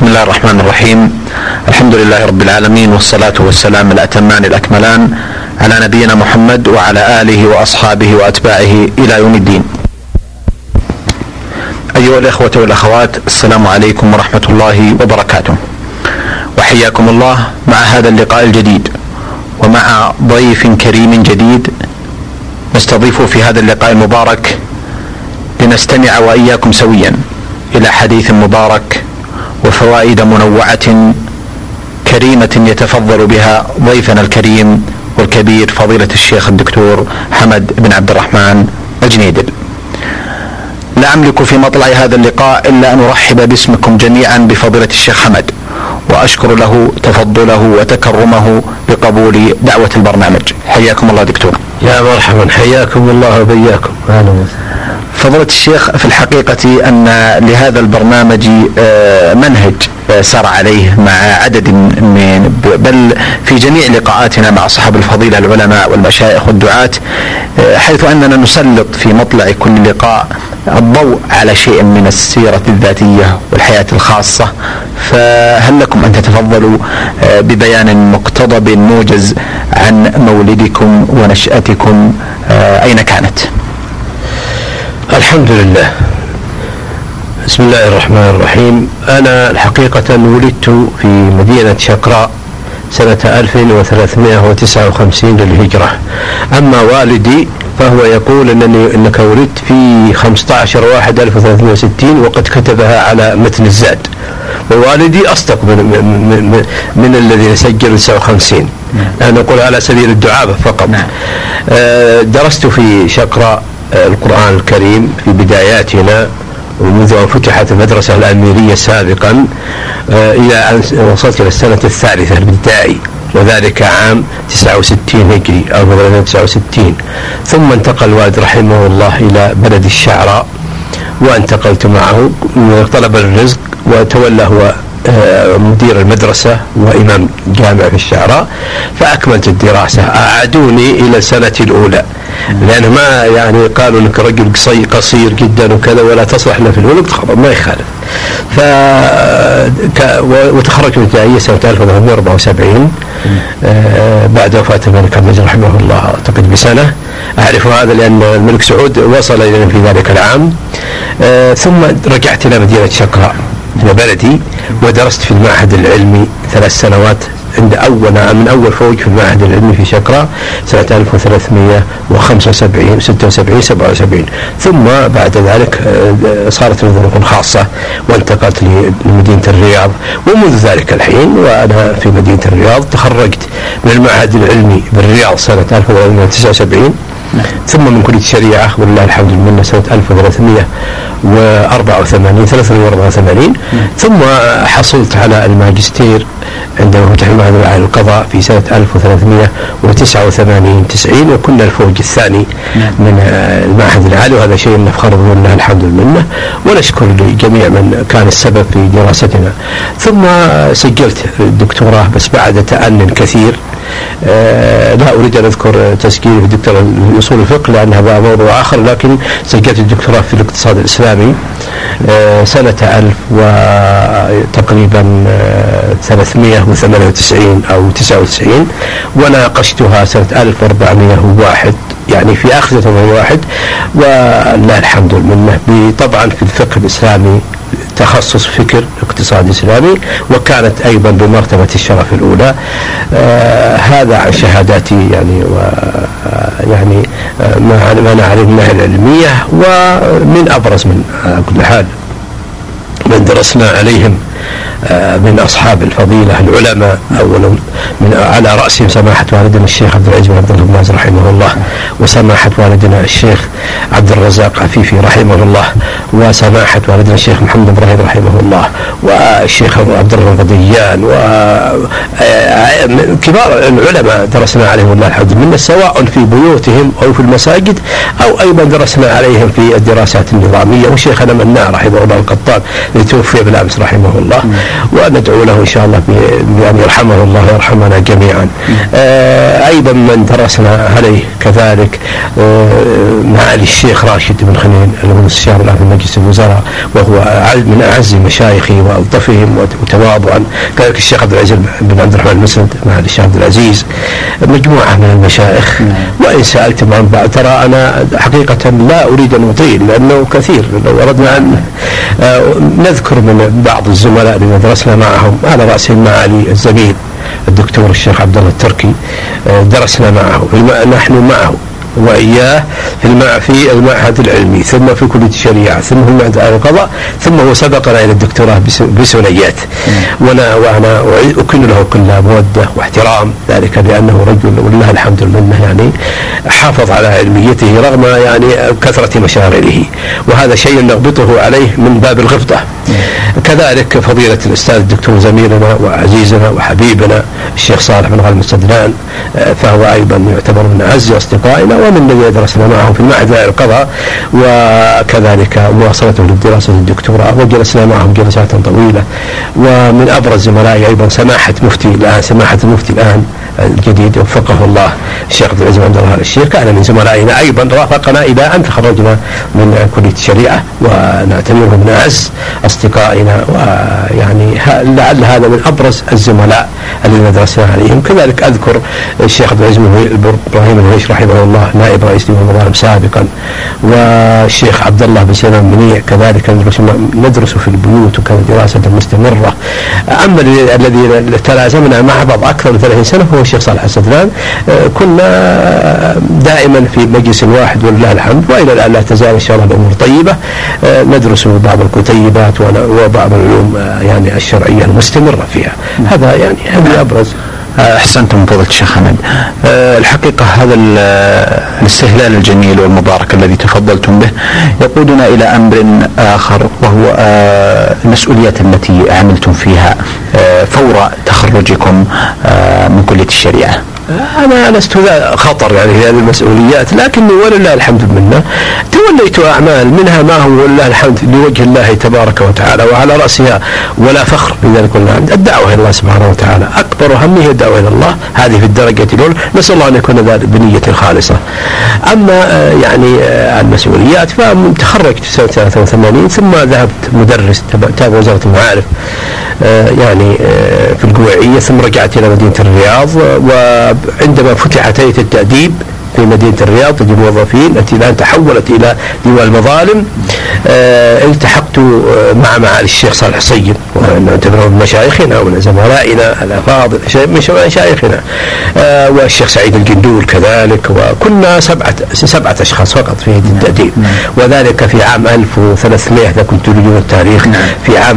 بسم الله الرحمن الرحيم. الحمد لله رب العالمين، والصلاة والسلام الأتمان الأكملان على نبينا محمد وعلى آله وأصحابه وأتباعه إلى يوم الدين. أيها الإخوة والأخوات، السلام عليكم ورحمة الله وبركاته، وحياكم الله مع هذا اللقاء الجديد ومع ضيف كريم جديد نستضيفه في هذا اللقاء المبارك لنستمع وإياكم سويا إلى حديث مبارك وفوائد منوعة كريمة يتفضل بها ضيفنا الكريم والكبير فضيلة الشيخ الدكتور حمد بن عبد الرحمن الجنيدل. لا أملك في مطلع هذا اللقاء إلا أن أرحب باسمكم جميعا بفضيلة الشيخ حمد، وأشكر له تفضله وتكرمه بقبول دعوة البرنامج. حياكم الله دكتور. يا مرحبا، حياكم الله وبياكم. فضيلة الشيخ، في الحقيقة أن لهذا البرنامج منهج سار عليه مع عدد من بل في جميع لقاءاتنا مع أصحاب الفضيلة العلماء والمشايخ والدعاة، حيث أننا نسلط في مطلع كل لقاء الضوء على شيء من السيرة الذاتية والحياة الخاصة، فهل لكم أن تتفضلوا ببيان مقتضب موجز عن مولدكم ونشأتكم أين كانت؟ الحمد لله، بسم الله الرحمن الرحيم. أنا الحقيقة ولدت في مدينة شقراء سنة 1359 للهجرة. أما والدي فهو يقول إنك ولدت في 15/1/1360، وقد كتبها على متن الزاد، ووالدي أصدق من الذين سجلوا 59. أنا أقول على سبيل الدعابة فقط. درست في شقراء القرآن الكريم في بداياتنا، ومنذ أن فتحت المدرسة الأميرية سابقا إلى أن وصلت إلى السنة الثالثة الابتدائي، وذلك عام 69 هجري أو 69. ثم انتقل الوالد رحمه الله إلى بلد الشعراء، وانتقلت معه طلب الرزق، وتولى هو مدير المدرسة وإمام جامع في الشعراء، فأكملت الدراسة. أعادوني إلى السنة الأولى، لأنه ما يعني قالوا إنك رجل قصير جدا وكذا ولا تصلح له في الولد، ما يخالف. وتخرجت من الابتدائية سنة 1874 بعد وفاة الملك عبد العزيز رحمه الله أعتقد بسنة. أعرف هذا لأن الملك سعود وصل إلينا في ذلك العام. ثم رجعت إلى مدينة شقراء وبلدي، ودرست في المعهد العلمي 3 سنوات من أول فوج في المعهد العلمي في شقراء سنة 1375 76 77. ثم بعد ذلك صارت لي ظروف خاصة وانتقلت لمدينة الرياض، ومنذ ذلك الحين وأنا في مدينة الرياض. تخرجت من المعهد العلمي بالرياض سنة 1979، ثم من كلية الشريعة ولله الحمد لله سنة 1384. ثم حصلت على الماجستير عندما فتح المعهد العالي للقضاء في سنة 1389-90، وكنا الفوج الثاني من المعهد العالي، وهذا شيء نفخر به ولله الحمد لله، ونشكر جميع من كان السبب في دراستنا. ثم سجلت الدكتوراه بس بعد تأنٍ كثير. لا أريد أن أذكر تسجيلي في الدكتوراه في أصول الفقه لأن هذا موضوع آخر، لكن سجلت الدكتوراه في الاقتصاد الإسلامي سنة 1000 وتقريبا 398 أو 99، وناقشتها سنة 1401 يعني في آخر 801، ولله الحمد لله. طبعا في الفقه الإسلامي تخصص فكر اقتصاد إسلامي، وكانت أيضا بمرتبة الشرف الأولى. هذا عن شهاداتي يعني يعني ما نعرف منها العلمية. ومن أبرز من كل حال من درسنا عليهم من أصحاب الفضيلة العلماء، أولا من على رأسهم سماحة والدنا الشيخ عبد العزيز بن عبد الله بن رحمه الله، وسماحة والدنا الشيخ عبد الرزاق عفيفي رحمه الله، وسماحة والدنا الشيخ محمد إبراهيم رحمه الله، والشيخ عبد الرحمن غديان، وكبار العلماء درسنا عليهم والله الحمد لله، سواء في بيوتهم أو في المساجد، أو أيضا درسنا عليهم في الدراسات النظامية. وشيخنا مناع رحمه الله القطان اللي توفي بالأمس رحمه الله. وندعو له إن شاء الله بأن يرحمه الله ويرحمنا جميعا. أيضا من درسنا عليه كذلك معالي الشيخ راشد بن خليل المستشار الآن في مجلس الوزراء، وهو من أعز مشايخي وألطفهم وتواضعا. كذلك الشيخ عبد العزيز بن عبد الرحمن المسند معالي الشيخ عبد العزيز، مجموعة من المشايخ. وإن سألتم عن بعض، ترى أنا حقيقة لا أريد أن أطيل لأنه كثير، لو أردنا أن نذكر من بعض الزملاء الذين درسنا معهم، على رأسهم معالي الزميل الدكتور الشيخ عبد الله التركي، درسنا معه، نحن معه وإياه في المعهد العلمي، ثم في كلية الشريعة، ثم في المعهد القضاء، ثم هو سبقنا إلى الدكتوراه بسنيات. وأنا أكن له كل مودة واحترام، ذلك لأنه رجل ولله الحمد لله يعني حافظ على علميته رغم يعني كثرة مشاغله، وهذا شيء نغبطه عليه من باب الغبطة. كذلك فضيلة الأستاذ الدكتور زميلنا وعزيزنا وحبيبنا الشيخ صالح بن غالب السدلان، فهو أيضا يعتبر من أعز أصدقائنا ومن الذي درسنا معه في المعهد القضاء، وكذلك مواصلته للدراسة الدكتوراه، وجلسنا معهم جلسات طويلة. ومن أبرز زملائي أيضا سماحة المفتي الآن الجديد وفقه الله الشيخ عبد العزيز بن الله الشيخ، كان من زملائنا أيضا، رافقنا إلى أن تخرجنا من كلية الشريعة، ونعتبره من أعز أصدقائنا، ويعني لعل هذا من أبرز الزملاء الذين درسنا عليهم. كذلك أذكر الشيخ عبد العزيز بن إبراهيم الهيش رحمه الله نائب رئيس ديوان المظالم سابقا، والشيخ عبد الله بن سلام منيع كذلك ندرس في البيوت وكان دراسة مستمرة. أما الذي تلازمنا مع بعض أكثر من 30 سنة هو الشيخ صالح السدلان، كنا دائما في مجلس واحد ولله الحمد، وإلى الآن لا تزال إن شاء الله الأمور طيبة، ندرس بعض الكتيبات وبعض العلوم يعني الشرعية المستمرة فيها. هذا يعني هذه أبرز. أحسنتم فضيلة الشيخ حمد. الحقيقة هذا الاستهلال الجميل والمبارك الذي تفضلتم به يقودنا إلى أمر آخر، وهو المسؤوليات التي عملتم فيها فور تخرجكم من كلية الشريعة. أنا لست ذا خطر يعني في هذه المسؤوليات، لكني ولله الحمد منه توليت أعمال منها ما هو ولله الحمد لوجه الله تبارك وتعالى، وعلى رأسها ولا فخر بذلك الدعوة إلى الله سبحانه وتعالى. أكبر همه الدعوة إلى الله، هذه في الدرجة الأولى، نسأل الله أن يكون ذلك بنية خالصة. أما يعني المسؤوليات فتخرجت سنة 83، ثم ذهبت مدرس تابع وزارة المعارف يعني في القويعية، ثم رجعت إلى مدينة الرياض، وعندما فتحت هيئة التأديب في مدينة الرياض تجيب موظفين التي الآن تحولت إلى ديوان المظالم، التحقت مع معالي الشيخ صالح الصيب، ونعتبره من مشايخنا ومن زملائنا الأفاضل من مشايخنا، والشيخ سعيد الجندول كذلك، وكنا سبعة أشخاص فقط في هيئة التأديب، وذلك في عام 1300 إذا كنت تريدون التاريخ، في عام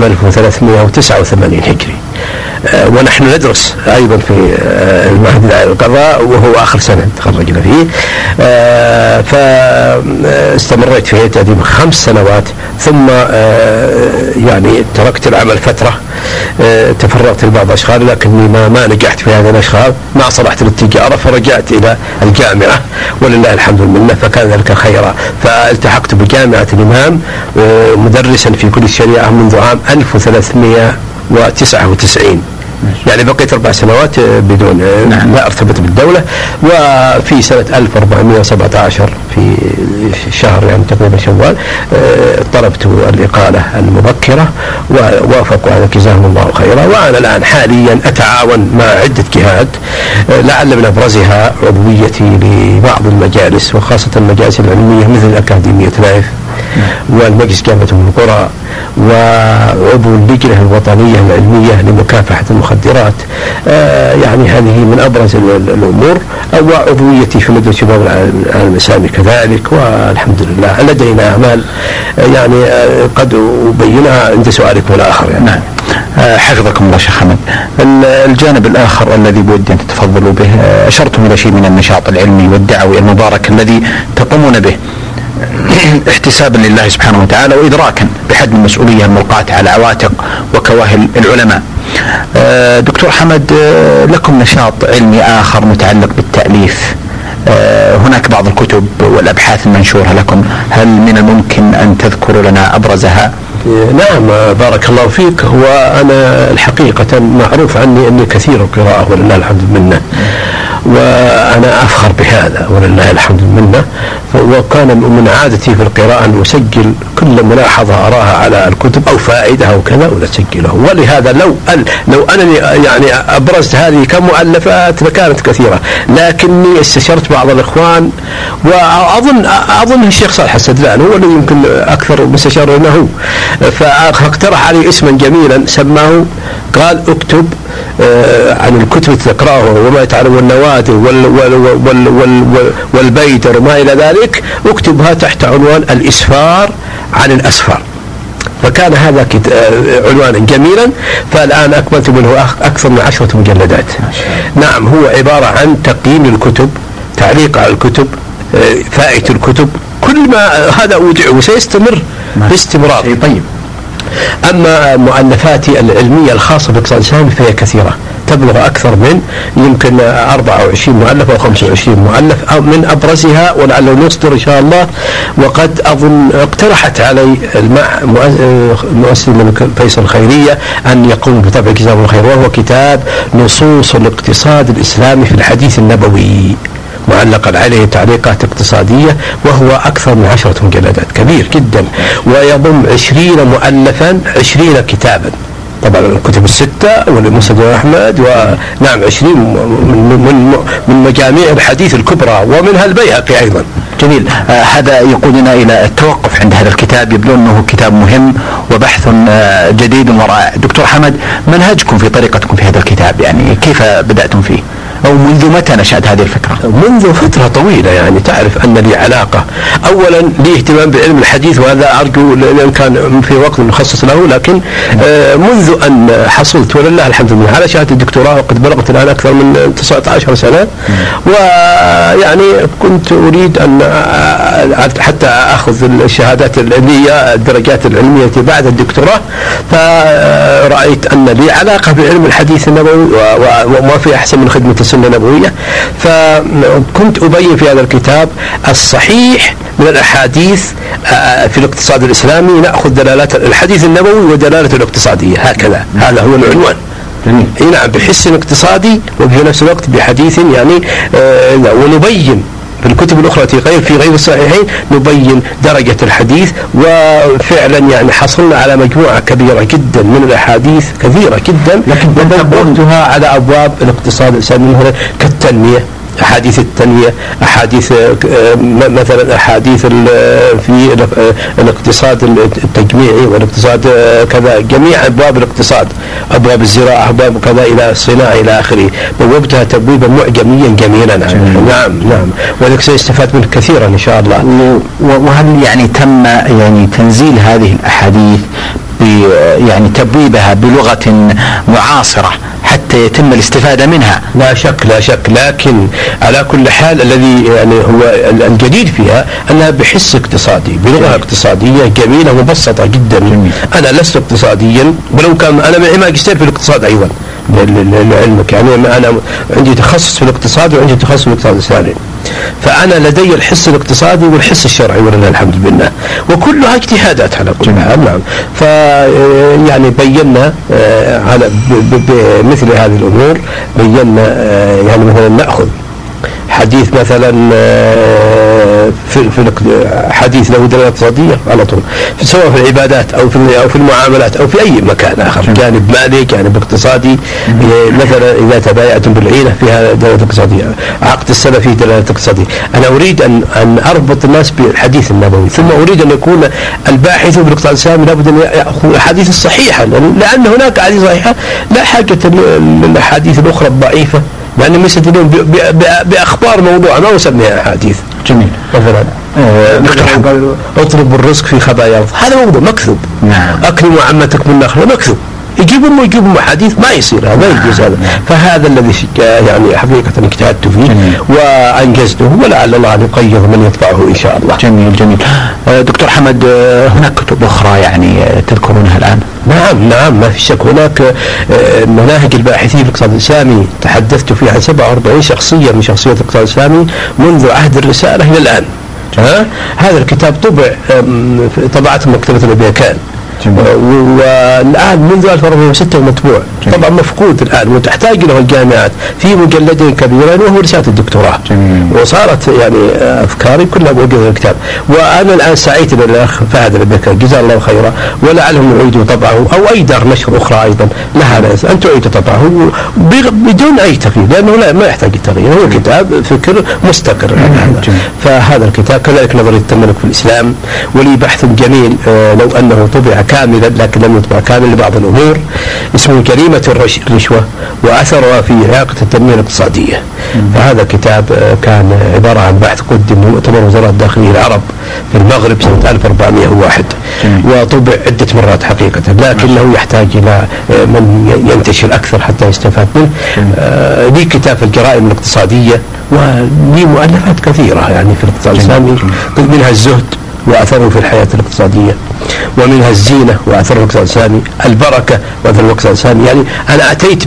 1389 هجري. ونحن ندرس أيضا في المعهد القضاء، وهو آخر سنة تخرجنا فيه. فاستمريت في هيئة التأديب 5 سنوات، ثم يعني تركت العمل فترة، تفرغت لبعض الأشغال، لكني ما نجحت في هذه الأشغال، ما صلحت للتجارة، فرجعت إلى الجامعة ولله الحمد لله، فكان ذلك خيرا. فالتحقت بجامعة الإمام مدرسا في كلية الشريعة منذ عام 1399، يعني بقيت 4 سنوات بدون لا ارتبط بالدولة. وفي سنة 1417 في شهر يعني تقريبا شوال طلبت الإقالة المبكرة، ووافقوا على جزاهم الله خيرا. وأنا الآن حاليا أتعاون مع عدة جهات، لعل من أبرزها عضويتي لبعض المجالس، وخاصة المجالس العلمية مثل أكاديمية نايف والمجلس جامعة أم القرى، وعضو اللجنة الوطنية العلمية لمكافحة المخدرات. يعني هذه من أبرز الأمور. وعضويتي في مجلس شباب العالم الإسلامي كذلك، والحمد لله لدينا أعمال يعني قد أبينها عند سؤالكم الآخر يعني. نعم. حفظكم الله شيخ حمد. الجانب الآخر الذي بودي أن تتفضلوا به، أشرتم إلى شيء من النشاط العلمي والدعوي المبارك الذي تقومون به احتسابا لله سبحانه وتعالى، وإدراكا بحجم المسؤولية الملقاة على عواتق وكواهل العلماء. دكتور حمد، لكم نشاط علمي آخر متعلق بالتأليف، هناك بعض الكتب والأبحاث المنشورة لكم، هل من الممكن أن تذكروا لنا أبرزها؟ نعم بارك الله فيك. هو أنا الحقيقة معروف عني أني كثير القراءة ولله الحمد منه، وأنا أفخر بهذا ولله الحمد منه. وكان من عادتي في القراءة أن أسجل كل ملاحظة أراها على الكتب أو فائدة أو كذا وأسجله. ولهذا لو أنني يعني أبرزت هذه كمؤلفات لكانت كثيرة، لكني استشرت بعض الإخوان، وأظن الشيخ صالح السدلان هو الذي يمكن أكثر مستشار له، فاقترح علي اسما جميلا سماه، قال اكتب عن الكتب التي تقرأه وما يتعلم النوادر والبيدر وما إلى ذلك، اكتبها تحت عنوان الإسفار عن الأسفار. فكان هذا عنوانا جميلا، فالآن أكملت منه أكثر من 10 مجلدات. نعم، هو عبارة عن تقييم الكتب، تعليق على الكتب، فائدة الكتب، كل ما هذا أودعه وسيستمر باستمرار. طيب. أما مؤلفاتي العلمية الخاصة بالاقتصاد الإسلامي فهي كثيرة، تبلغ أكثر من يمكن 24 مؤلف أو 25 مؤلف، أو من أبرزها ولعله نصدر إن شاء الله. وقد أظن اقترحت علي مؤسس الملك فيصل الخيرية أن يقوم بطبع كتاب الخير، وهو كتاب نصوص الاقتصاد الإسلامي في الحديث النبوي، معلقا عليه تعليقات اقتصادية، وهو أكثر من 10 مجلدات، كبير جدا، ويضم 20 مؤلفا، 20 كتابا، طبعا الكتب الستة والمسند أحمد، ونعم 20 من مجاميع الحديث الكبرى، ومنها البيهقي أيضا. جميل. هذا يقودنا إلى التوقف عند هذا الكتاب، يبدو أنه كتاب مهم وبحث جديد ورائع. دكتور حمد، منهجكم في طريقتكم في هذا الكتاب، يعني كيف بدأتم فيه؟ أو منذ متى نشأت هذه الفكرة؟ منذ فترة طويلة، يعني تعرف أن لي علاقة، أولا لي اهتمام بعلم الحديث، وهذا أرجو لأن كان في وقت مخصص له، لكن منذ أن حصلت ولله الحمد لله على شهادة الدكتوراه، وقد بلغت الآن أكثر من 19 سنة، ويعني كنت أريد أن حتى أخذ الشهادات العلمية، الدرجات العلمية بعد الدكتوراه، فرأيت أن لي علاقة بعلم الحديث النبوي، وما في أحسن من خدمة السنة النبوية. فكنت أبين في هذا الكتاب الصحيح من الأحاديث في الاقتصاد الإسلامي، نأخذ دلالات الحديث النبوي ودلالة الاقتصادية، هكذا، هذا هو العنوان. نعم، بحس اقتصادي وفي نفس الوقت بحديث، يعني ونبين في الكتب الأخرى في غير الصحيحين نبين درجة الحديث. وفعلا يعني حصلنا على مجموعة كبيرة جدا من الأحاديث، كثيرة جدا، لكن دبرتها على أبواب الاقتصاد الإسلامي، كالتنمية، أحاديث التنمية، أحاديث مثلا أحاديث في الاقتصاد التجميعي والاقتصاد كذا، جميع أبواب الاقتصاد، أبواب الزراعة، أبواب كذا إلى الصناعة إلى آخره، بوابتها تبويبا معجميا جميلا. نعم، ولك سيستفاد منه كثيرا إن شاء الله. وهل يعني تم يعني تنزيل هذه الأحاديث يعني تبويبها بلغة معاصرة حتى يتم الاستفادة منها؟ لا شك، لكن على كل حال الذي يعني هو الجديد فيها أنها بحس اقتصادي، بلغة اقتصادية جميلة مبسطة جدا. أنا لست اقتصاديا، ولو كان أنا معي ماجستير في الاقتصاد أيضا لعلمك، يعني أنا عندي تخصص في الاقتصاد وعندي تخصص في الاقتصاد الإسلامي، فأنا لدي الحس الاقتصادي والحس الشرعي ولله الحمد لله، وكلها اجتهادات على كل حال. نعم، فيعني بينا على بمثل هذه الأمور، بينا يعني مثلا نأخذ حديث مثلا في حديث له دلالة اقتصادية على طول، سواء في العبادات أو في المعاملات أو في أي مكان آخر، جانب مالي، جانب اقتصادي. مثلا إذا تبايعتم بالعينة فيها دلالة اقتصادية، عقد السنة فيه دلالة اقتصادية. أنا أريد أن أربط الناس بالحديث النبوي، ثم أريد أن يكون الباحث بالاقتصاد الإسلامي لابد أن يأخذ الأحاديث الصحيحة، لأن هناك أحاديث صحيحة لا حاجة للأحاديث الأخرى الضعيفة، لأنهم يستدلون بأخبار موضوع ما نسميها أحاديث. جميل. مثلا اطلب الرزق في خبايا الأرض، هذا موضوع مكذوب. نعم. أكرموا عمتك من نخلة، مكذوب. يجيبون حديث ما يصير، هذا ما يجوز هذا. فهذا الذي يعني حقيقة اجتهدت فيه وأنجزته، ولعل الله أن يقيض من يتبعه إن شاء الله. جميل. دكتور حمد، هناك كتب أخرى يعني تذكرونها الآن؟ نعم، ما في شك. هناك مناهج الباحثين في الاقتصاد الإسلامي، تحدثت فيها عن 47 شخصية من شخصيات الاقتصاد الإسلامي منذ عهد الرسالة إلى الآن. هذا الكتاب طبعته مكتبة الأبيكان والآن منذ 2006 مطبوع، طبعا مفقود الآن وتحتاج له الجامعات في مجلدين كبيرين وهو رسالة الدكتوراه. وصارت يعني أفكاري كلها موجودة في الكتاب. وأنا الآن سعيت للأخ فهد البكر جزاه الله خيرا، ولعلهم يعيدوا طبعه أو أي دار نشر أخرى أيضا لها أن تعيد طبعه بدون أي تغيير، لأنه لا ما يحتاج التغيير، هو كتاب فكر مستقر. فهذا الكتاب كذلك نظرية التملك في الإسلام، ولي بحث جميل لو أنه طبع كاملا لكن لم يطبع كامل لبعض الأمور، اسمه جريمة الرشوة وأثرها في إعاقة التنمية الاقتصادية. فهذا كتاب كان عبارة عن بحث قدم مؤتمر وزراء الداخلية العرب في المغرب سنة 1401 وطبع عدة مرات حقيقة، لكنه يحتاج إلى من ينتشر أكثر حتى يستفاد منه. لي كتاب في الجرائم الاقتصادية، ولي مؤلفات كثيرة يعني في الاقتصاد الإسلامي، منها الزهد وأثره في الحياة الاقتصادية، ومنها الزينة وأثر الاقتصاد الإسلامي، البركة وأثر الاقتصاد الإسلامي. يعني أنا أتيت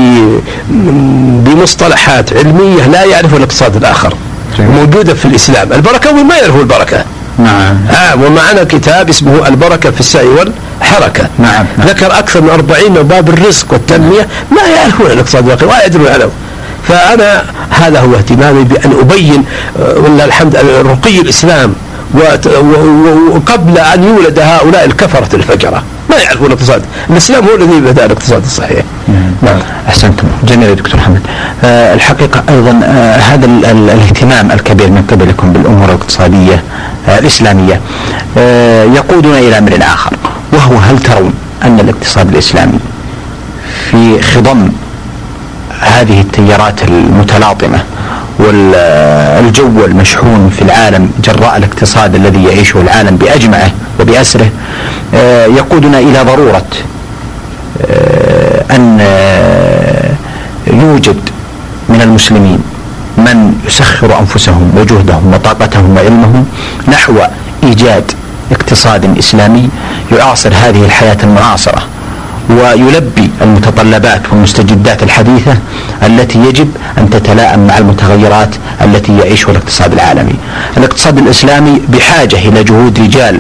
بمصطلحات علمية لا يعرفها الاقتصاد الآخر موجودة في الإسلام. البركة وما يعرفوا البركة. نعم. ومعنا كتاب اسمه البركة في السعي والحركة. نعم. ذكر أكثر من 40 من باب الرزق والتنمية ما يعرفون الاقتصاد الآخر ولا يدرون عنه. فأنا هذا هو اهتمامي بأن أبين والله الحمد رقي الإسلام وقبل أن يولد هؤلاء الكفرة الفجرة ما يعرفون الاقتصاد. الإسلام هو الذي بدأ الاقتصاد الصحيح. نعم. أحسنتم. جميل يا دكتور محمد. الحقيقة أيضا هذا الاهتمام الكبير من قبلكم بالأمور الاقتصادية الإسلامية يقودنا إلى أمر آخر، وهو هل ترون أن الاقتصاد الإسلامي في خضم هذه التيارات المتلاطمة والجو المشحون في العالم جراء الاقتصاد الذي يعيشه العالم بأجمعه وبأسره يقودنا إلى ضرورة أن يوجد من المسلمين من يسخر أنفسهم وجهدهم وطاقتهم وعلمهم نحو إيجاد اقتصاد إسلامي يعاصر هذه الحياة المعاصرة ويلبي المتطلبات والمستجدات الحديثة التي يجب أن تتلائم مع المتغيرات التي يعيشها الاقتصاد العالمي. الاقتصاد الإسلامي بحاجة إلى جهود رجال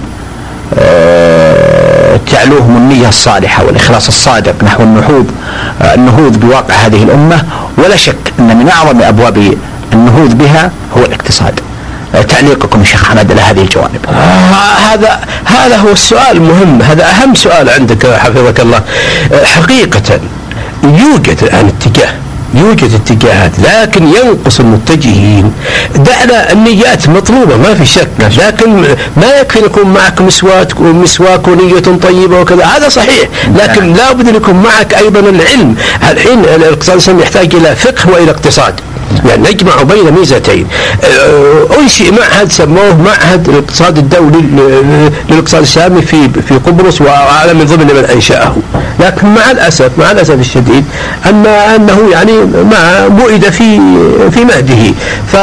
تعلوهم النية الصالحة والإخلاص الصادق نحو النهوض بواقع هذه الأمة، ولا شك أن من أعظم أبواب النهوض بها هو الاقتصاد. تعليقكم شيخ حمد على هذه الجوانب؟ هذا هو السؤال المهم، هذا أهم سؤال عندك حفظك الله. حقيقة يوجد الآن يوجد اتجاهات، لكن ينقص المتجهين. دعنا النيات مطلوبة ما في شك، لكن ما يكفي يكون معك مسواك ونية طيبة وكذا، هذا صحيح، لكن لا بد أن يكون معك أيضا العلم. الحين الاقتصاد الإسلامي يحتاج إلى فقه وإلى اقتصاد، يعني نجمع بين ميزتين. أنشئ معهد سموه معهد الاقتصاد الدولي للاقتصاد الإسلامي في قبرص، وأعلم من ضمن من أنشأه، لكن مع الأسف الشديد أنه يعني ما بعد في مهده.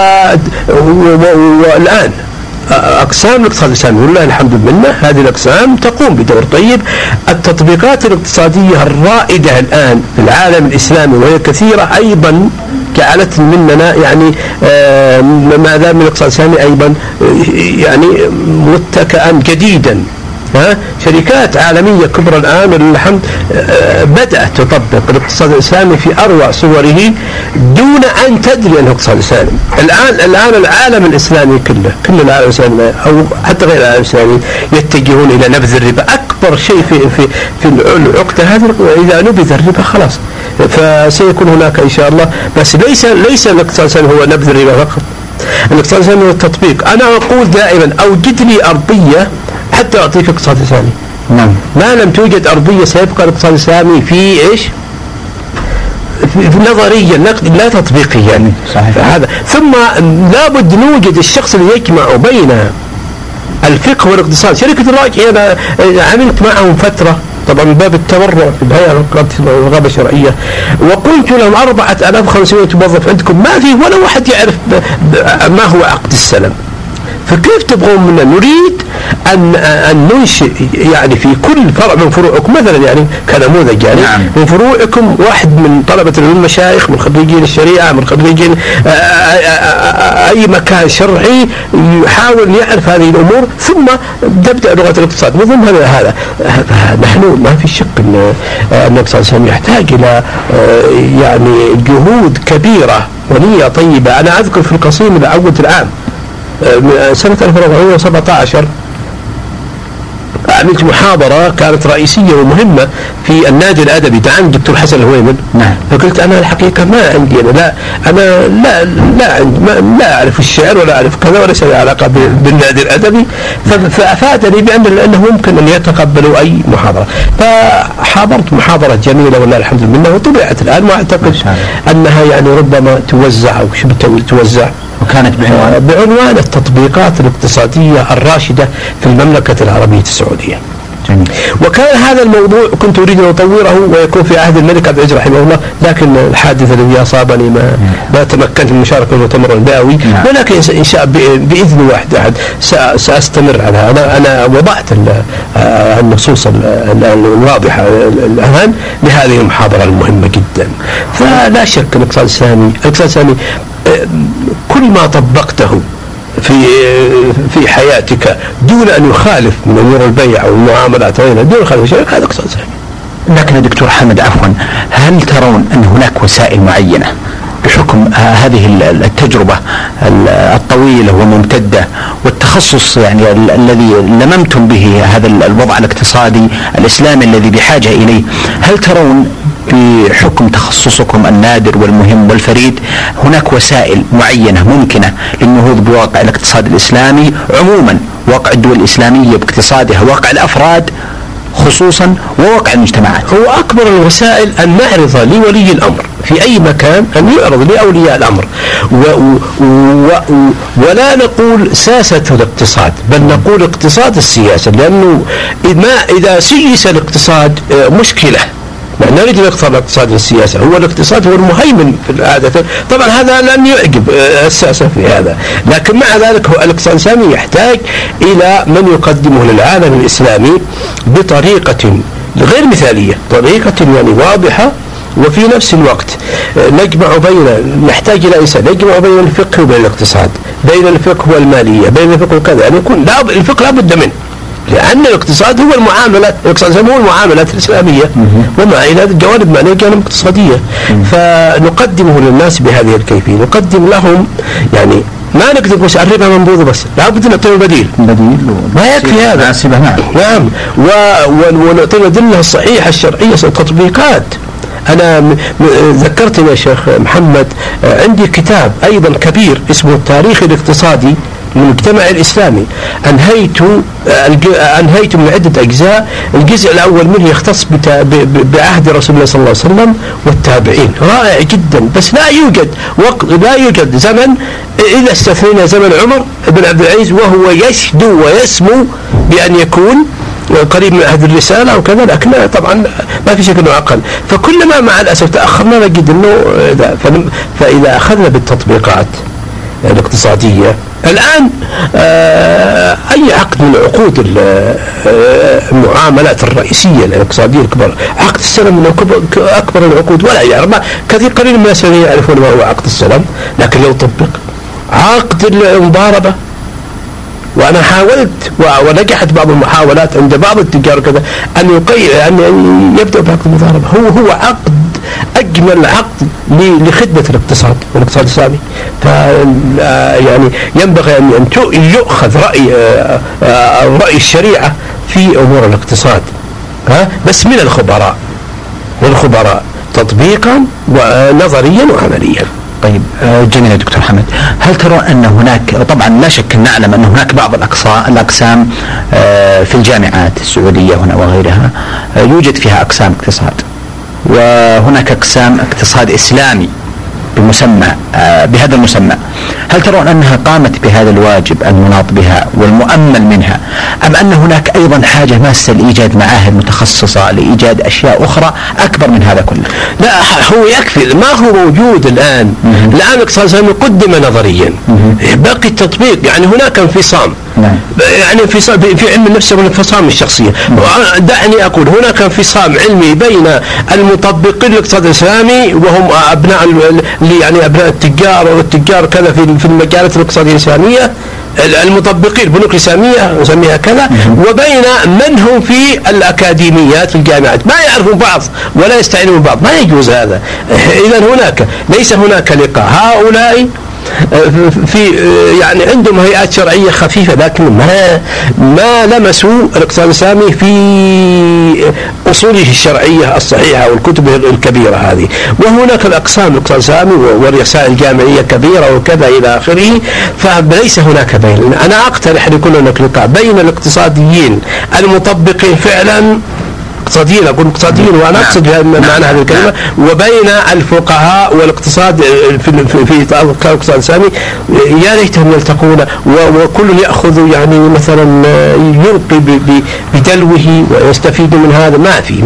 والآن أقسام الاقتصاد الإسلامي والله الحمد لله هذه الأقسام تقوم بدور طيب. التطبيقات الاقتصادية الرائدة الآن في العالم الإسلامي وهي كثيرة أيضا جعلت مننا يعني ما دام من الاقتصاد الإسلامي أيضا يعني متكئا جديدا. شركات عالمية كبرى الآن الحمد بدأت تطبق الاقتصاد الإسلامي في أروع صوره دون أن تدري أنه اقتصاد إسلامي. الآن العالم الإسلامي كل العالم الإسلامي أو حتى غير العالم الإسلامي يتجهون إلى نبذ الربا. أكبر شيء في العقدة هذه إذا نبذ الربا خلاص فسيكون هناك إن شاء الله. بس ليس الاقتصاد الإسلامي هو نبذ الربا فقط، الاقتصاد الإسلامي هو التطبيق. أنا أقول دائما أوجد لي أرضية حتى أعطيك اقتصاد إسلامي. نعم. ما لم توجد أرضية سيبقى الاقتصاد الإسلامي في إيش؟ في نظريا لا تطبيقيا يعني. هذا ثم لابد نوجد الشخص اللي يجمع بين الفقه والاقتصاد. شركة الراجحي أنا عملت معهم فترة طبعا من باب التبرع في الهيئة الرقابة الشرعية، وقلت لهم 4500 موظف عندكم ما في ولا واحد يعرف ما هو عقد السلم. فكيف تبغون منا؟ نريد أن ننشئ يعني في كل فرع من فروعكم مثلا، يعني كنموذج يعني نعم. من فروعكم واحد من طلبة العلوم، مشايخ من خريجين الشريعة، من خريجين أي مكان شرعي يحاول أن يعرف هذه الأمور، ثم تبدأ لغة الاقتصاد من ضمن هذا. نحن ما في شك أن الاقتصاد يحتاج إلى يعني جهود كبيرة ونية طيبة. أنا أذكر في القصيم الأول العام سنة 1417 عملت محاضرة كانت رئيسية ومهمة في النادي الأدبي، دعاني الدكتور حسن الهويمن. نعم. فقلت أنا الحقيقة ما عندي لا أعرف الشعر ولا أعرف كذا وليس لي علاقة بالنادي الأدبي، فأفادني بأنه ممكن أن يتقبلوا أي محاضرة. فحاضرت محاضرة جميلة والله الحمد لله، وطبعت الآن، وأعتقد أنها يعني ربما توزع أو شبه توزع، وكانت بعنوان التطبيقات الاقتصادية الراشدة في المملكة العربية السعودية. جميل. وكان هذا الموضوع كنت أريد أن أطوره ويكون في عهد الملك عبد العزيز رحمه الله، لكن الحادث الذي أصابني ما تمكنت من المشاركة في المؤتمر الباوي، ولكن إن شاء بإذن واحد أحد سأستمر على هذا. أنا وضعت النصوص الواضحة الآن لهذه المحاضرة المهمة جدا. فلا شك الاقتصاد الإسلامي كل ما طبقته في حياتك دون أن يخالف من أمور البيع أو المعاملات وغيرها، دون خالف شيء، هذا اقتصاد إسلامي. لكن يا دكتور حمد عفوا، هل ترون أن هناك وسائل معينة بحكم هذه التجربة الطويلة والممتدة والتخصص يعني الذي لممتم به هذا الوضع الاقتصادي الإسلامي الذي بحاجة إليه، هل ترون بحكم تخصصكم النادر والمهم والفريد هناك وسائل معينة ممكنة للنهوض بواقع الاقتصاد الإسلامي عموما، واقع الدول الإسلامية باقتصادها، واقع الأفراد خصوصا، وواقع المجتمعات؟ هو أكبر الوسائل أن نعرض لولي الأمر في أي مكان، أن يعرض لأولياء الأمر ولا نقول ساسة الاقتصاد، بل نقول اقتصاد السياسة، لأنه إذا سيس الاقتصاد مشكلة. نريد الاقتصاد والسياسة، هو الاقتصاد هو المهيمن في العادة. طبعا هذا لن يعجب الساسة في هذا، لكن مع ذلك هو الاقتصاد الإسلامي يحتاج إلى من يقدمه للعالم الإسلامي بطريقة غير مثالية، طريقة يعني واضحة، وفي نفس الوقت نحتاج إلى إنسان يجمع بين الفقه وبين الاقتصاد، بين الفقه والمالية، بين الفقه وكذا، يعني يكون الفقه لا بد منه، لأن الاقتصاد هو المعاملات، الاقتصاد هو المعاملات الإسلامية وما إلى جوانب مالية جوانب اقتصادية. فنقدمه للناس بهذه الكيفية، نقدم لهم يعني ما نقدر بس الربا منبوذ، بس لا بد نعطيه بديل ما يكفي هذا. نعم. ونعطيه الأدلة الصحيحة الشرعية، التطبيقات. أنا ذكرتني يا شيخ محمد، عندي كتاب أيضا كبير اسمه التاريخ الاقتصادي للمجتمع الإسلامي، أنهيت من عدة أجزاء. الجزء الأول منه يختص بعهد رسول الله صلى الله عليه وسلم والتابعين، رائع جدا، بس لا يوجد زمن إذا استثنينا زمن عمر بن عبد العزيز، وهو يشدو ويسمو بأن يكون قريب من عهد الرسالة وكذا، لكن طبعا ما في شك أنه أقل. فكلما مع الأسف تأخرنا نجد أنه فإذا أخذنا بالتطبيقات الاقتصادية الآن، أي عقد من عقود المعاملات الرئيسية الاقتصادية الكبرى، عقد السلم من أكبر العقود، ولا يعرف كثير قليل من الناس يعرفون ما هو عقد السلم، لكن لو طبق عقد المضاربة، وأنا حاولت ونجحت بعض المحاولات عند بعض التجار كذا أن يبدأ بعقد المضاربة، هو عقد أجمل عقد لخدمة الاقتصاد والاقتصاد الإسلامي. يعني ينبغي أن يؤخذ رأي الشريعة في أمور الاقتصاد، بس من الخبراء تطبيقا ونظريا وعمليا. طيب جميل يا دكتور حمد، هل ترى أن هناك، طبعا لا شك نعلم أن هناك بعض الأقسام في الجامعات السعودية هنا وغيرها يوجد فيها أقسام اقتصاد، وهناك أقسام اقتصاد إسلامي بمسمى بهذا المسمى، هل ترون أنها قامت بهذا الواجب المناط بها والمؤمل منها، أم أن هناك أيضا حاجة ماسة لإيجاد معاهد متخصصة لإيجاد أشياء أخرى أكبر من هذا كله؟ لا، هو يكفي ما هو موجود الآن. الآن الاقتصاد الإسلامي قدم نظريا، باقي التطبيق. يعني هناك انفصام، يعني انفصام في علم النفس والانفصام الشخصية. دعني أقول هناك انفصام علمي بين المطبقين للاقتصاد الإسلامي وهم أبناء يعني أبناء التجار والتجار كذا في المجالات الاقتصادية الإسلامية، المطبقين البنوك الإسلامية نسميها كذا، وبين من هم في الأكاديميات في الجامعات ما يعرفون بعض ولا يستعينون بعض. ما يجوز هذا. إذا ليس هناك لقاء. هؤلاء في يعني عندهم هيئات شرعية خفيفة، لكن ما لمسوا الاقتصاد الإسلامي في أصوله الشرعية الصحيحة والكتب الكبيرة هذه. وهناك الأقسام الاقتصاد الإسلامي والرسائل الجامعية كبيرة وكذا إلى آخره، فليس هناك بين. أنا أقترح أن يكون هناك لقاء بين الاقتصاديين المطبقين فعلا، اقتصاديين، أقول اقتصاديين وأنا أقصد معنى هذه الكلمة، وبين الفقهاء والاقتصاد في الاقتصاد الإسلامي. يا ليتهم يلتقون وكل يأخذ يعني مثلا يلقي بدلوه ويستفيد من هذا.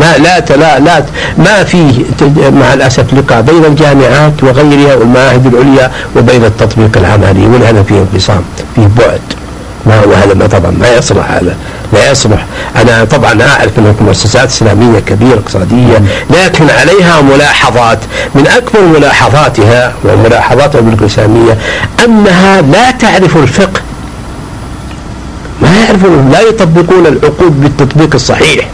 ما في مع الأسف لقاء بين الجامعات وغيرها والمعاهد العليا وبين التطبيق العملي، ولهذا فيه انقسام، فيه بعد. وهذا طبعا ما يصلح، هذا لا يصلح. أنا طبعا أعرف أن مؤسسات إسلامية كبيرة اقتصادية، لكن عليها ملاحظات. من أكبر ملاحظاتها وملاحظات البنوك الإسلامية أنها لا تعرف الفقه، لا يطبقون العقود بالتطبيق الصحيح.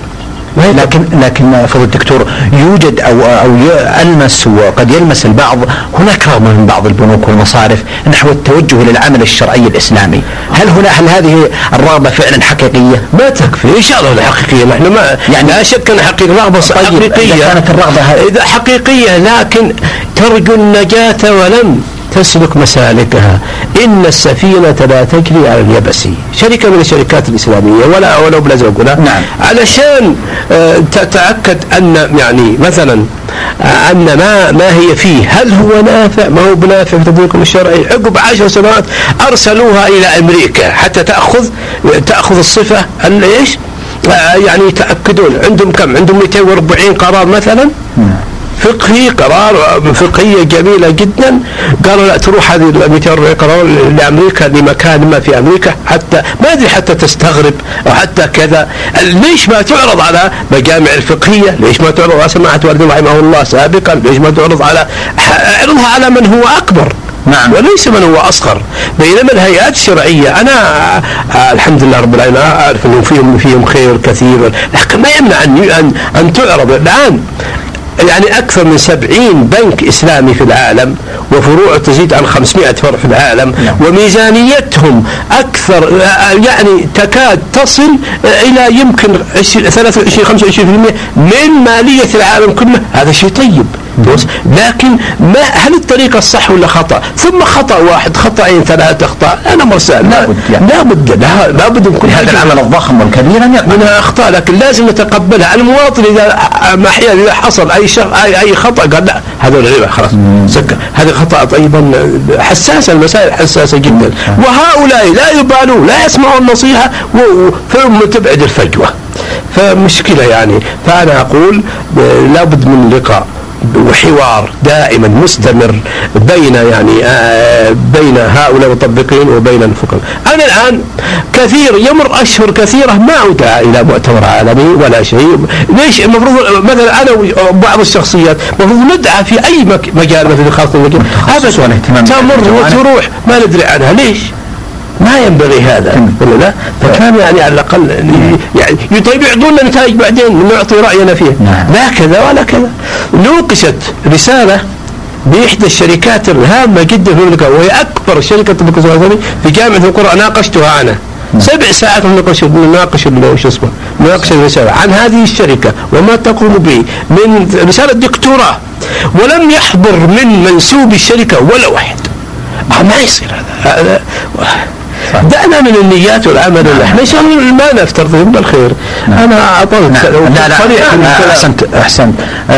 لكن فضل الدكتور يوجد أو ألمس وقد يلمس البعض هناك رغبة من بعض البنوك والمصارف نحو التوجه للعمل الشرعي الإسلامي. هل هذه الرغبة فعلا حقيقية؟ ما تكفي إن شاء الله حقيقية. نحن ما يعني لا شك أن رغبة حقيقية. إذا كانت الرغبة إذا حقيقية لكن ترجو النجاة ولم تسلك مسالكها. إن السفينة لا تجري على اليبس. شركة من الشركات الإسلامية ولو بلا زوجنا، نعم، علشان تتأكد أن يعني مثلا أن ما هي فيه هل هو نافع ما هو بنافع في تطبيقهم الشرعي. عقب 10 سنوات أرسلوها إلى أمريكا حتى تأخذ الصفة إيش يعني يتأكدون. عندهم كم؟ عندهم 240 قرار مثلا فقهي، قرار فقهية جميلة جدا. قالوا لا، تروح هذه 240 قرار لأمريكا لمكان ما في أمريكا، حتى ما أدري حتى تستغرب أو حتى كذا. ليش ما تعرض على مجامع الفقهية؟ ليش ما تعرض على سماحة والدي رحمه الله سابقا؟ ليش ما تعرض اعرضها على من هو أكبر؟ نعم، وليس من هو أصغر. بينما الهيئات الشرعية أنا الحمد لله رب العالمين أعرف أنهم فيهم خير كثير، لكن ما يمنع أن تعرض. الآن يعني أكثر من 70 بنك إسلامي في العالم وفروع تزيد عن 500 فرع في العالم، وميزانيتهم أكثر يعني تكاد تصل إلى يمكن 23-25% من مالية العالم كله. هذا شيء طيب، لكن هل الطريقة الصح ولا خطأ؟ ثم خطأ واحد، خطأين، 3 أخطاء، أنا مرسال لابد من كل هذا العمل الضخم والكبير منها أخطاء، لكن لازم نتقبلها. المواطن إذا حصل أي خطأ قال لا، هذا الربا خلاص سكر، هذا خطأ أيضا حساسة، المسائل حساسة جدا. وهؤلاء لا يبالون، لا يسمعون النصيحة ثم تبعد الفجوة، فمشكلة يعني. فأنا أقول لابد من لقاء وحوار دائما مستمر بين بين هؤلاء المطبقين وبين الفقهاء. أنا الآن يمر أشهر كثيرة ما أدعى إلى مؤتمر عالمي ولا شيء. ليش المفروض مثلا أنا وبعض الشخصيات المفروض ندعى في أي مجال مثل خاصة المجال هذا تمر وتروح ما ندري عنها. ليش؟ ما ينبغي هذا ولا لا؟ فكان يعني على الأقل يعني طيب يعطونا نتائج بعدين نعطي رأينا فيها. لا كذا ولا كذا. نوقشت رسالة بإحدى الشركات الهامة جدا في المملكة، وهي أكبر شركة في جامعة القرى. ناقشتها أنا 7 ساعات نناقش الرسالة عن هذه الشركة وما تقوم به من رسالة دكتوراه، ولم يحضر من منسوب الشركة ولا واحد. ما يصير هذا. دعنا من النيات والعمل. احنا ان شاء الله ما نفترضهم بالخير. انا اطلت. احسنت.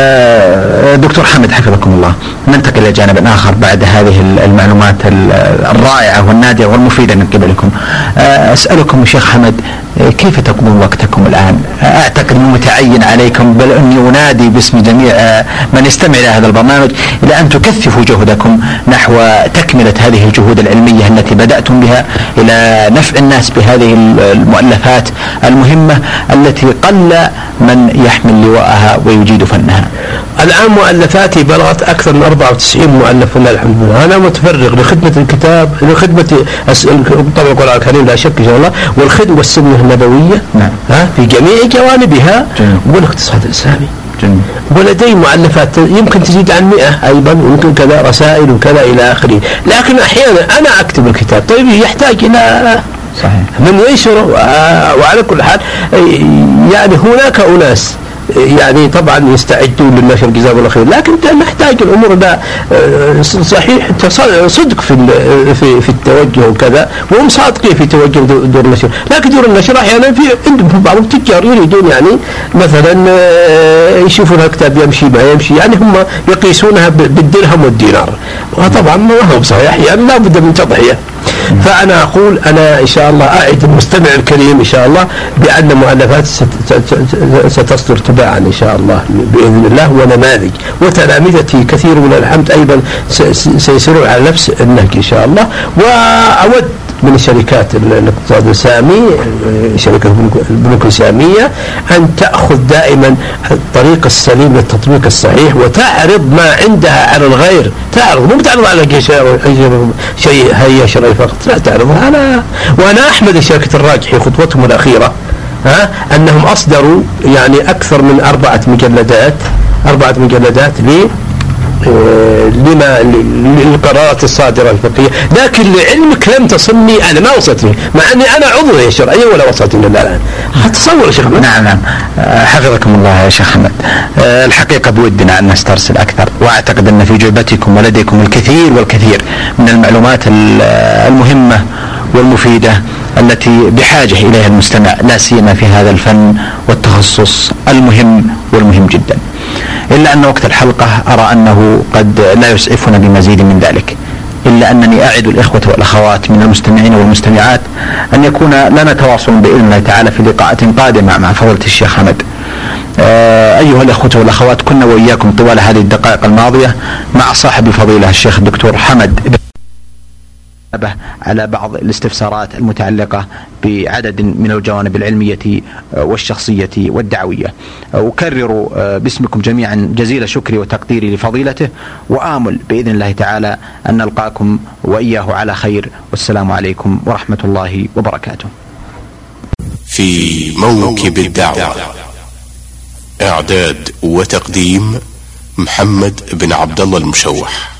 دكتور حمد حفظكم الله، ننتقل الى جانب اخر بعد هذه المعلومات الرائعه والنادره والمفيده من قبلكم. اسالكم شيخ حمد، كيف تقضون وقتكم الآن؟ أعتقد أنه متعين عليكم، بل أني أنادي باسم جميع من يستمع إلى هذا البرنامج إلى أن تكثفوا جهدكم نحو تكملة هذه الجهود العلمية التي بدأتم بها إلى نفع الناس بهذه المؤلفات المهمة التي قل من يحمل لواءها ويجيد فنها. الآن مؤلفاتي بلغت أكثر من 94 مؤلف والله الحمد لله. أنا متفرغ لخدمة الكتاب، لخدمة طبعا القرآن الكريم لا شك إن شاء الله، والخدمة والسنة النبوية في جميع جوانبها، والاقتصاد الإسلامي. ولدي مؤلفات يمكن تزيد عن 100 أيضا، ويمكن كذا رسائل وكذا إلى آخره. لكن أحيانا أنا أكتب الكتاب طيب يحتاج إلى صحيح من ينشره. وعلى كل حال يعني هناك أناس يعني طبعا يستعدون للنشر جزاهم الله خير، لكن نحتاج الامور ده صحيح صدق في التوجه وكذا، وهم صادقين في توجه دور النشر. لكن دور النشر احيانا في عندهم بعض التجار يريدون يعني مثلا يشوفون الكتاب يمشي ما يمشي، يعني هم يقيسونها بالدرهم والدينار، وطبعا ما هو صحيح، يعني لا بد من تضحيه. فأنا أقول أنا إن شاء الله أعد المستمع الكريم إن شاء الله بأن مؤلفات ستصدر تباعا إن شاء الله بإذن الله، ونماذج، وتلامذتي كثير من الحمد أيضا سيسيرون على نفس النهج إن شاء الله. وأود من شركات الاقتصاد السامي، شركة البنوك السامية، أن تأخذ دائما الطريق السليم للتطبيق الصحيح، وتعرض ما عندها على الغير. تعرض، مو بتعرض على شيء هي شرعي فقط، لا تعرضها. وأنا أحمد شركة الراجحي خطوتهم الأخيرة أنهم أصدروا يعني أكثر من 4 مجلدات للقرارات الصادرة الفقهية، لكن لعلمك لم تصلني، أنا ما وصلتني، مع أني أنا عضو شرعية ولا وصلتني إلا الآن. هتصور يا شيخ محمد؟ نعم حفظكم الله يا شيخ حمد. الحقيقة بودنا أن نسترسل أكثر، وأعتقد أن في جعبتكم ولديكم الكثير والكثير من المعلومات المهمة والمفيدة التي بحاجة إليها المستمع، لا سيما في هذا الفن والتخصص المهم والمهم جدا. إلا أن وقت الحلقة أرى أنه قد لا يسعفنا بمزيد من ذلك، إلا أنني أعد الإخوة والأخوات من المستمعين والمستمعات أن يكون لنا تواصل بإذن الله تعالى في لقاءات قادمة مع فضيلة الشيخ حمد. أيها الأخوة والأخوات، كنا وإياكم طوال هذه الدقائق الماضية مع صاحب الفضيلة الشيخ الدكتور حمد على بعض الاستفسارات المتعلقة بعدد من الجوانب العلمية والشخصية والدعوية. أكرر باسمكم جميعا جزيل شكري وتقديري لفضيلته، وآمل بإذن الله تعالى أن نلقاكم وإياه على خير، والسلام عليكم ورحمة الله وبركاته. في موكب الدعوة، إعداد وتقديم محمد بن عبد الله المشوح.